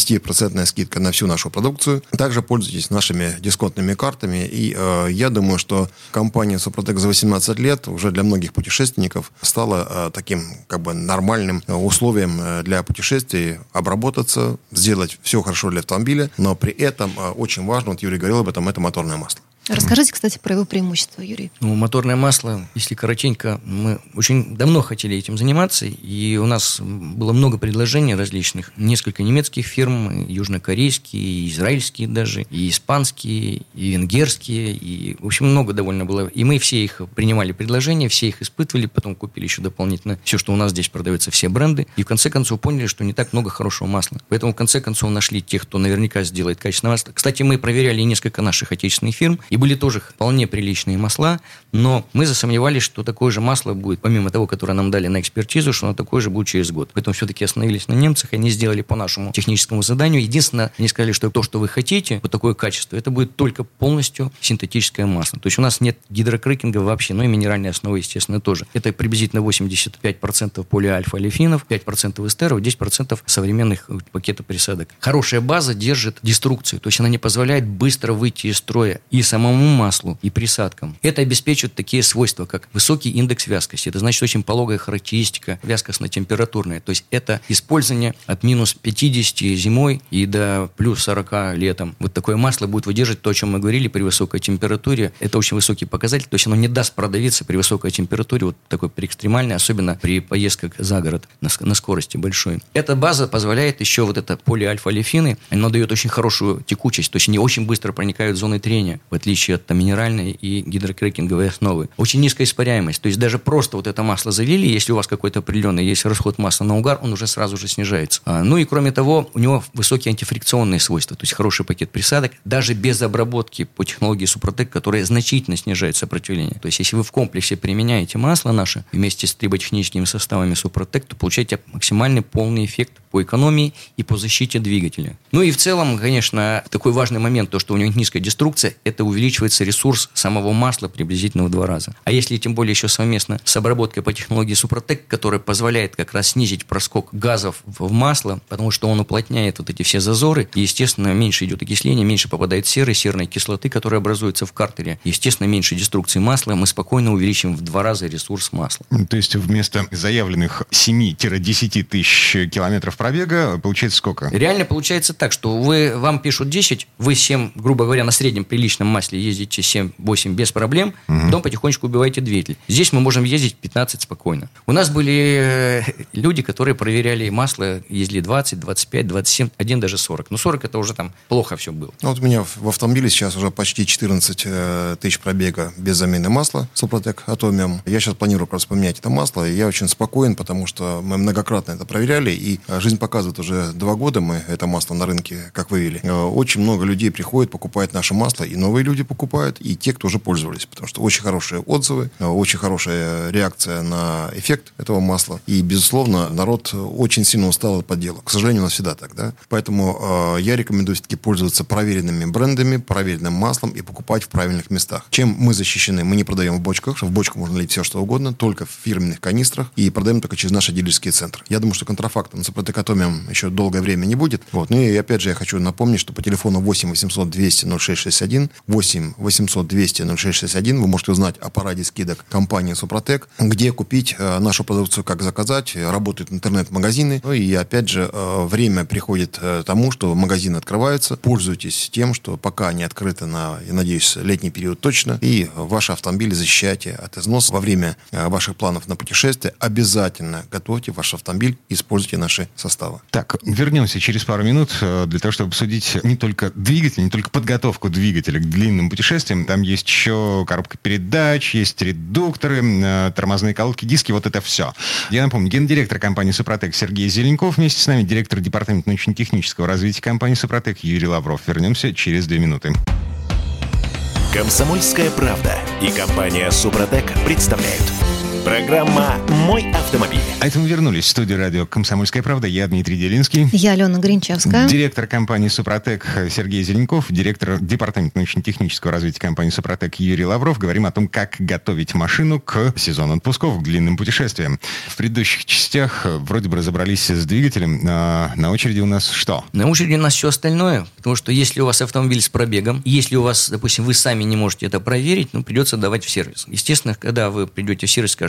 Speaker 5: 10% скидка на всю нашу продукцию. Также пользуйтесь нашими дисконтными картами. И я думаю, что компания Супротек за 18 лет уже для многих путешественников стала таким как бы нормальным условием для путешествий обработаться, сделать все хорошо для автомобиля, но при этом очень важно, вот Юрий говорил об этом, это моторное масло.
Speaker 4: Расскажите, кстати, про его преимущества, Юрий.
Speaker 6: Моторное масло, если коротенько, мы очень давно хотели этим заниматься, и у нас было много предложений различных. Несколько немецких фирм, южнокорейские, и израильские даже, и испанские, и венгерские, и, в общем, много довольно было. И мы все их принимали предложения, все их испытывали, потом купили еще дополнительно все, что у нас здесь продается, все бренды, и в конце концов поняли, что не так много хорошего масла. Поэтому в конце концов нашли тех, кто наверняка сделает качественное масло. Кстати, мы проверяли несколько наших отечественных фирм, и были тоже вполне приличные масла, но мы засомневались, что такое же масло будет, помимо того, которое нам дали на экспертизу, что оно такое же будет через год. Поэтому все-таки остановились на немцах, и они сделали по нашему техническому заданию. Единственное, они сказали, что то, что вы хотите, вот такое качество, это будет только полностью синтетическое масло. То есть у нас нет гидрокрекинга вообще, ну и минеральной основы, естественно, тоже. Это приблизительно 85% полиальфа-олефинов, 5% эстеров, 10% современных пакетов присадок. Хорошая база держит деструкцию, то есть она не позволяет быстро выйти из строя и самому маслу, и присадкам. Это обеспечивает такие свойства, как высокий индекс вязкости. Это значит очень пологая характеристика, вязкостно-температурная. То есть это использование от минус 50 зимой и до плюс 40 летом. Вот такое масло будет выдерживать то, о чем мы говорили, при высокой температуре. Это очень высокий показатель, то есть оно не даст продавиться при высокой температуре, вот такой при экстремальной, особенно при поездках за город на скорости большой. Эта база позволяет еще вот это полиальфа-олефины, оно дает очень хорошую текучесть, то есть они очень быстро проникают в зоны трения, в отличие от минеральной и гидрокрекинговой основы. Очень низкая испаряемость, то есть даже просто вот это масло залили, если у вас какой-то определенный есть расход масла на угар, он уже сразу же снижается. Ну и кроме того, у него высокие антифрикционные свойства, то есть хороший пакет присадок, даже без обработки по технологии Супротек, которая значительно снижает сопротивление. То есть если вы в комплексе применяете масло наше вместе с триботехническими составами Супротек, то получаете максимальный полный эффект по экономии и по защите двигателя. Ну и в целом, конечно, такой важный момент, то, что у него низкая деструкция, это увеличивается ресурс самого масла приблизительно в 2 раза. А если тем более еще совместно с обработкой по технологии Супротек, которая позволяет как раз снизить проскок газов в масло, потому что он уплотняет вот эти все зазоры, и, естественно, меньше идет окисление, меньше попадает серной кислоты, которая образуется в картере. Естественно, меньше деструкции масла, мы спокойно увеличим в 2 раза ресурс масла.
Speaker 3: То есть вместо заявленных 7-10 тысяч километров пробега получается сколько?
Speaker 6: Реально получается так, что вам пишут 10, вы 7, грубо говоря, на среднем приличном масле ездите 7-8 без проблем, потом потихонечку убиваете двигатель. Здесь мы можем ездить 15 спокойно. У нас были люди, которые проверяли масло, ездили 20, 25, 27, один даже 40. Но 40 это уже там плохо все было.
Speaker 5: Вот у меня в автомобиле сейчас уже почти 14 тысяч пробега без замены масла Супротек Atomium. Я сейчас планирую просто поменять это масло, и я очень спокоен, потому что мы многократно это проверяли, и жизнь показывает, уже 2 года мы это масло на рынке как вывели. Очень много людей приходят, покупают наше масло, и новые люди покупают, и те, кто уже пользовались, потому что очень хорошие отзывы, очень хорошая реакция на эффект этого масла, и, безусловно, народ очень сильно устал от подделок. К сожалению, у нас всегда так, да? Поэтому я рекомендую все-таки пользоваться проверенными брендами, проверенным маслом и покупать в правильных местах. Чем мы защищены? Мы не продаем в бочках, в бочку можно лить все, что угодно, только в фирменных канистрах, и продаем только через наши дилерские центры. Я думаю, что контрафактом Супротек Atomium еще долгое время не будет. Вот. Ну и опять же я хочу напомнить, что по телефону 8 800 200 0661, 8 800 200 0661 вы можете узнать о параде скидок компании Супротек, где купить нашу продукцию, как заказать, работают интернет-магазины. Ну и опять же время приходит к тому, что магазины открываются. Пользуйтесь тем, что пока они открыты на, я надеюсь, летний период точно, и ваши автомобили защищайте от износа. Во время ваших планов на путешествие обязательно готовьте ваш автомобиль, используйте наши составы.
Speaker 3: Так, вернемся через пару минут для того, чтобы обсудить не только двигатель, не только подготовку двигателя к длинным путешествиям. Там есть еще коробка передач, есть редукторы, тормозные колодки, диски, вот это все. Я напомню, гендиректор компании «Супротек» Сергей Зеленков, вместе с нами директор департамента научно-технического развития компании «Супротек» Юрий Лавров. Вернемся через 2 минуты.
Speaker 2: «Комсомольская правда» и компания «Супротек» представляют. Программа «Мой автомобиль».
Speaker 3: А это мы вернулись в студию радио «Комсомольская правда». Я Дмитрий Делинский.
Speaker 4: Я Алена Гринчевская.
Speaker 3: Директор компании «Супротек» Сергей Зеленков. Директор департамента научно-технического развития компании «Супротек» Юрий Лавров. Говорим о том, как готовить машину к сезону отпусков, к длинным путешествиям. В предыдущих частях вроде бы разобрались с двигателем. На очереди у нас что?
Speaker 6: На очереди у нас все остальное. Потому что если у вас автомобиль с пробегом, если у вас, допустим, вы сами не можете это проверить, придется давать в сервис. Естественно, когда вы придете в сервис, скажете: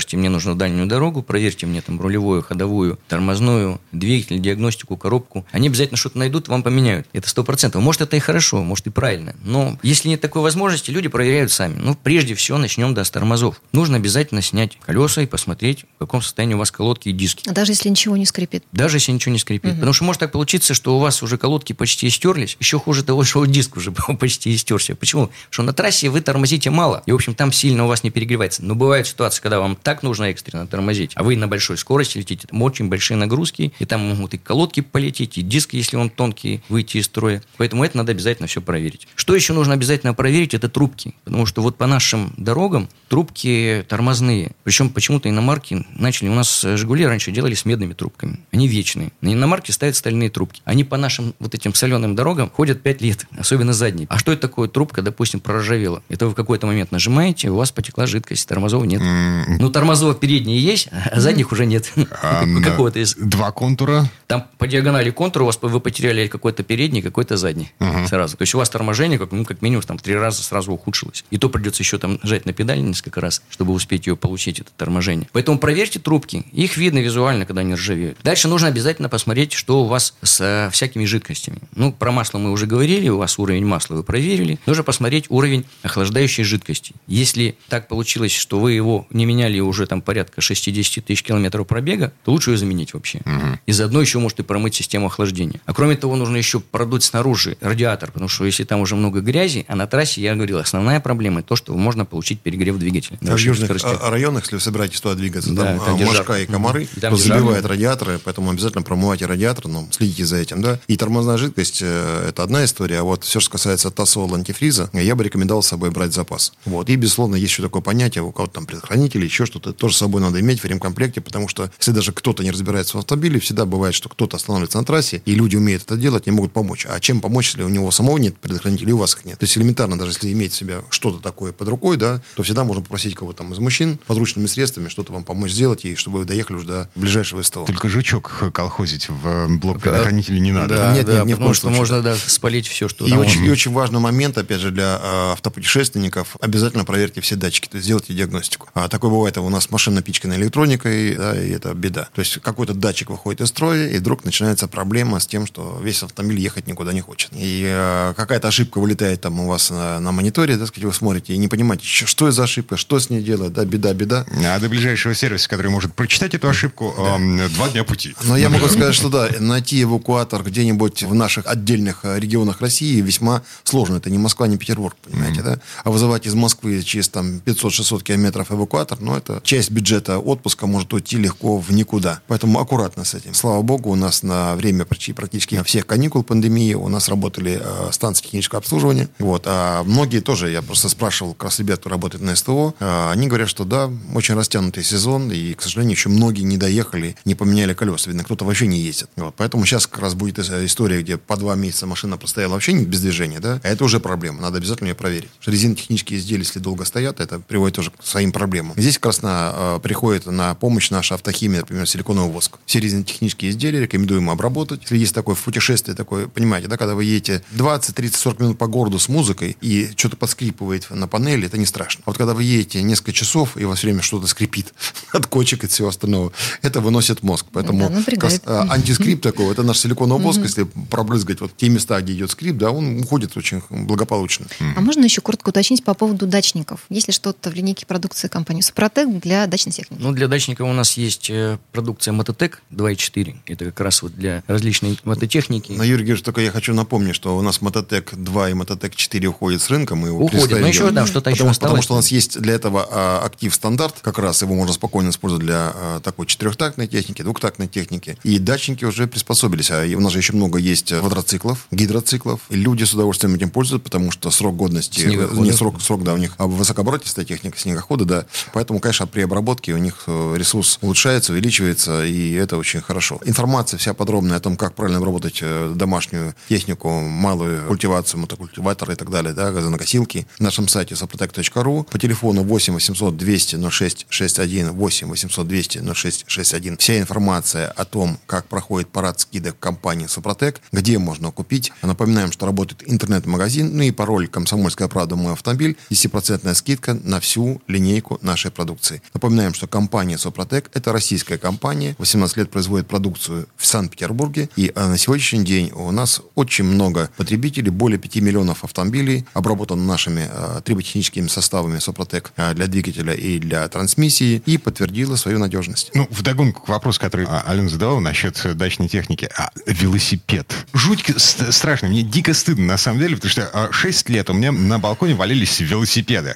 Speaker 6: скажете, мне нужно в дальнюю дорогу, проверьте мне там рулевую, ходовую, тормозную, двигатель, диагностику, коробку. Они обязательно что-то найдут, вам поменяют. Это 100%. Может, это и хорошо, может, и правильно. Но если нет такой возможности, люди проверяют сами. Ну, прежде всего, начнем, с тормозов. Нужно обязательно снять колеса и посмотреть, в каком состоянии у вас колодки и диски.
Speaker 4: Даже если ничего не скрипит?
Speaker 6: Даже если ничего не скрипит. Потому что может так получиться, что у вас уже колодки почти истерлись. Еще хуже того, что диск уже почти истерся. Почему? Потому что на трассе вы тормозите мало. И, в общем, там сильно у вас не перегревается. Но бывают ситуации, когда вам так нужно экстренно тормозить, а вы на большой скорости летите. Там очень большие нагрузки. И там могут и колодки полететь, и диск, если он тонкий, выйти из строя. Поэтому это надо обязательно все проверить. Что еще нужно обязательно проверить, это трубки. Потому что вот по нашим дорогам трубки тормозные. Причем почему-то иномарки начали... У нас «Жигули» раньше делали с медными трубками. Они вечные. На иномарке ставят стальные трубки. Они по нашим вот этим соленым дорогам ходят 5 лет. Особенно задние. А что это такое трубка, допустим, проржавела? Это вы в какой-то момент нажимаете, у вас потекла жидкость. Тормозов нет. Ну, тормозов передние есть, а задних уже нет. Какого-то из...
Speaker 3: 2 контура?
Speaker 6: Там по диагонали контура у вас вы потеряли какой-то передний, какой-то задний. Сразу. То есть у вас торможение как минимум там 3 раза сразу ухудшилось. И то придется еще там нажать на педаль несколько раз, чтобы успеть ее получить, это торможение. Поэтому проверьте трубки. Их видно визуально, когда они ржавеют. Дальше нужно обязательно посмотреть, что у вас с всякими жидкостями. Ну, про масло мы уже говорили, у вас уровень масла вы проверили. Нужно посмотреть уровень охлаждающей жидкости. Если так получилось, что вы его не меняли уже там порядка 60 тысяч километров пробега, то лучше ее заменить вообще. И заодно еще можете промыть систему охлаждения. А кроме того, нужно еще продуть снаружи радиатор, потому что если там уже много грязи, а на трассе, я говорил, основная проблема то, что можно получить перегрев двигателя.
Speaker 5: В южных районах, если вы собираетесь туда двигаться,
Speaker 6: да,
Speaker 5: там мошка и комары,
Speaker 6: там
Speaker 5: то забивают радиаторы, поэтому обязательно промывайте радиатор, следите за этим, да. И тормозная жидкость – это одна история, а вот все, что касается тосола, антифриза, я бы рекомендовал с собой брать запас. Вот. И, безусловно, есть еще такое понятие, у кого-то там предохранители, еще что-то, тоже с собой надо иметь в ремкомплекте, потому что если даже кто-то не разбирается в автомобиле, всегда бывает, что кто-то останавливается на трассе, и люди умеют это делать, не могут помочь. А чем помочь, если у него самого нет предохранителей, у вас их нет? То есть элементарно, даже если иметь в себя что-то такое под рукой, да, то всегда можно попросить кого-то там из мужчин подручными средствами что-то вам помочь сделать, и чтобы вы доехали уже до ближайшего СТО.
Speaker 3: Только жучок колхозить в блок предохранителей не надо.
Speaker 6: Да,
Speaker 5: нет,
Speaker 6: потому что можно спалить все, что...
Speaker 5: И очень важный момент, опять же, для автопутешественников, обязательно проверьте все датчики, то есть сделайте диагностику. Такое бывает, у нас машина напичкана электроникой, да, и это беда. То есть какой-то датчик выходит из строя, и вдруг начинается проблема с тем, что весь автомобиль ехать никуда не хочет. И какая-то ошибка вылетает там у вас на мониторе, так сказать, вы смотрите, и не понимаете, что это за ошибка, что с ней делать, да, беда.
Speaker 3: А до ближайшего сервиса, который может прочитать эту ошибку, 2 дня пути.
Speaker 5: Но я могу сказать, что да, найти эвакуатор где-нибудь в наших отдельных регионах России весьма сложно. Это не Москва, не Петербург, понимаете, да? А вызывать из Москвы через там 500-600 километров эвакуатор, это часть бюджета отпуска может уйти легко в никуда. Поэтому аккуратно с этим. Слава богу, у нас на время практически всех каникул пандемии у нас работали станции технического обслуживания. Вот. А многие тоже, я просто спрашивал как раз ребят, кто работает на СТО, они говорят, что да, очень растянутый сезон, и, к сожалению, еще многие не доехали, не поменяли колеса. Видно, кто-то вообще не ездит. Вот. Поэтому сейчас как раз будет история, где по 2 месяца машина простояла вообще без движения, да? А это уже проблема. Надо обязательно ее проверить. Резинотехнические изделия, если долго стоят, это приводит тоже к своим проблемам. Здесь как раз приходит на помощь наша автохимия, например, силиконовый воск. Все резинотехнические изделия рекомендуем обработать. Если есть такое путешествие, понимаете, да, когда вы едете 20, 30, 40 минут по городу с музыкой и что-то подскрипывает на панели, это не страшно. А вот когда вы едете несколько часов, и у вас все время что-то скрипит от кочек и всего остального, это выносит мозг. Поэтому антискрип такой, это наш силиконовый воск, если пробрызгать вот те места, где идет скрип, да, он уходит очень благополучно.
Speaker 4: А можно еще коротко уточнить по поводу дачников? Есть ли что-то в линейке продукции компании «Супротек» для дачной техники?
Speaker 6: Для дачника у нас есть продукция «Мототек» 2.4. Это как раз вот для различной мототехники.
Speaker 5: Но, Юрий Георгиевич, только я хочу напомнить, что у нас «Мототек 2» и «Мототек 4» уходят с рынка. Мы его
Speaker 6: уходят, но еще что-то еще осталось.
Speaker 5: Потому что у нас есть для этого актив-стандарт, как раз его можно спокойно использовать для такой 4-тактной техники, 2-тактной техники. И дачники уже приспособились. А у нас же еще много есть квадроциклов, гидроциклов. И люди с удовольствием этим пользуются, потому что срок годности, не срок, да, у них высокооборотистая техника, снегоходы, да. Поэтому, конечно, при обработке у них ресурс улучшается, увеличивается, и это очень хорошо. Информация вся подробная о том, как правильно обработать домашнюю технику, малую культивацию, мотокультиваторы и так далее, да, газонокосилки, на нашем сайте suprotec.ru, по телефону 8 800 200 06 61, 8 800 200 06 61. Вся информация о том, как проходит парад скидок компании «Супротек», где можно купить. Напоминаем, что работает интернет-магазин, и пароль «Комсомольская правда. Мой автомобиль», 10% скидка на всю линейку нашей продукции. продукции. Напоминаем, что компания «Супротек» — это российская компания, 18 лет производит продукцию в Санкт-Петербурге, и на сегодняшний день у нас очень много потребителей, более 5 миллионов автомобилей обработано нашими триботехническими составами «Супротек» для двигателя и для трансмиссии, и подтвердила свою надежность.
Speaker 3: Ну, вдогонку к вопросу, который Алена задавала насчет дачной техники. Велосипед. Жуть страшно. Мне дико стыдно, на самом деле, потому что 6 лет у меня на балконе валялись велосипеды.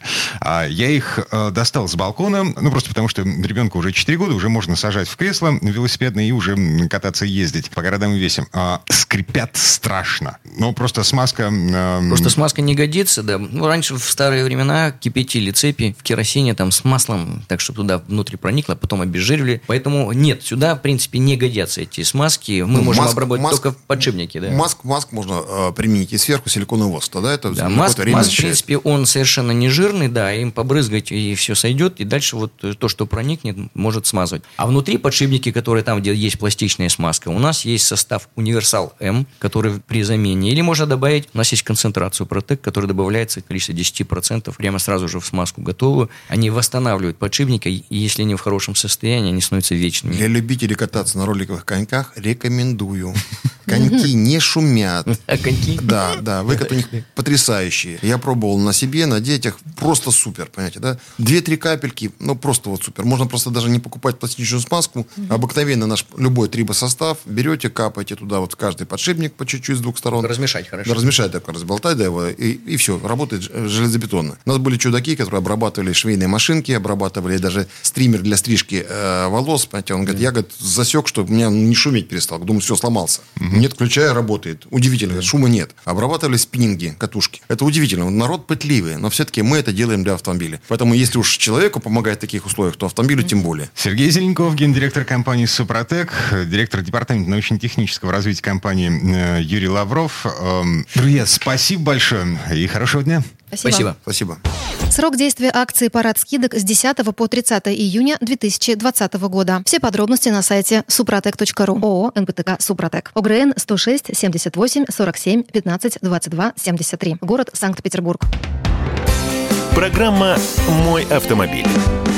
Speaker 3: Я их достал с балкона, ну, просто потому что ребенку уже 4 года, уже можно сажать в кресло велосипедное и уже кататься и ездить по городам и весям. Скрипят страшно. Ну, просто смазка...
Speaker 6: Просто смазка не годится, да. Ну, раньше в старые времена кипятили цепи в керосине там с маслом, так, чтобы туда внутрь проникло, потом обезжиривали. Поэтому нет, сюда, в принципе, не годятся эти смазки. Мы можем обработать только в подшипнике, да.
Speaker 5: Маск можно применить и сверху силиконовый воск. Тогда это
Speaker 6: да, маск, в принципе, он совершенно не жирный, да, им побрызгать и все сойдет, и дальше вот то, что проникнет, может смазывать. А внутри подшипники, которые там, где есть пластичная смазка, у нас есть состав Универсал М, который при замене, или можно добавить, у нас есть концентрацию Протек, которая добавляется в количестве 10%, прямо сразу же в смазку готовую. Они восстанавливают подшипники, и если они в хорошем состоянии, они становятся вечными.
Speaker 5: Для любителей кататься на роликовых коньках рекомендую. Коньки не шумят.
Speaker 6: А коньки?
Speaker 5: Да, выкат у них потрясающие. Я пробовал на себе, на детях, просто супер, понимаете, да? 2-3 капельки, ну просто вот супер. Можно просто даже не покупать пластичную смазку. Обыкновенно наш любой трибосостав берете, капаете туда вот в каждый подшипник по чуть-чуть с двух сторон.
Speaker 6: Размешать хорошо.
Speaker 5: Да, размешать, так разболтать, да, его, и все, работает железобетонно. У нас были чудаки, которые обрабатывали швейные машинки, обрабатывали даже стример для стрижки волос, понимаете, он говорит, я, говорит, засек, что у меня не шуметь перестал. Думаю, все, сломался. Нет, включая, работает. Удивительно, шума нет. Обрабатывали спиннинги, катушки. Это удивительно. Народ пытливый, но все-таки мы это делаем для автомобиля. Поэтому, если уж человеку помогает в таких условиях, то автомобилю тем более.
Speaker 3: Сергей Зеленков, гендиректор компании «Супротек», директор департамента научно-технического развития компании Юрий Лавров. Друзья, спасибо большое и хорошего дня.
Speaker 5: Спасибо.
Speaker 4: Срок действия акции «Парад скидок» с 10 по 30 июня 2020 года. Все подробности на сайте suprotec.ru. ООО «НПТК Супротек». ОГРН 106 78 47 15 22 73. Город Санкт-Петербург.
Speaker 2: Программа «Мой автомобиль».